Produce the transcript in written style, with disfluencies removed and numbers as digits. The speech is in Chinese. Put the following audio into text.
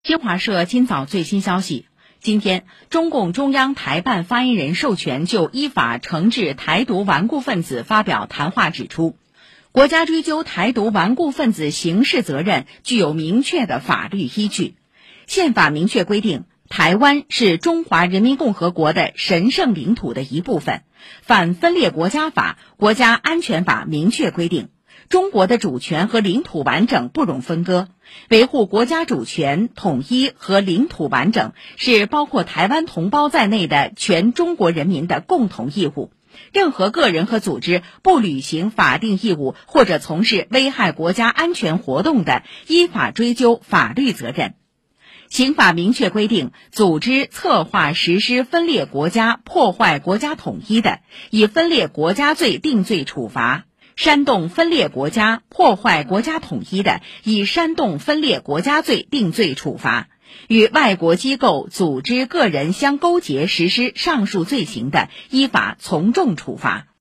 新华社今早最新消息，今天，中共中央台办发言人授权就依法惩治台独顽固分子发表谈话指出，国家追究台独顽固分子刑事责任具有明确的法律依据。宪法明确规定，台湾是中华人民共和国的神圣领土的一部分。反分裂国家法、国家安全法明确规定，中国的主权和领土完整不容分割，维护国家主权、统一和领土完整是包括台湾同胞在内的全中国人民的共同义务。任何个人和组织不履行法定义务或者从事危害国家安全活动的，依法追究法律责任。刑法明确规定，组织、策划、实施分裂国家、破坏国家统一的，以分裂国家罪定罪处罚；煽动分裂国家、破坏国家统一的，以煽动分裂国家罪定罪处罚；与外国机构、组织、个人相勾结实施上述罪行的，依法从重处罚。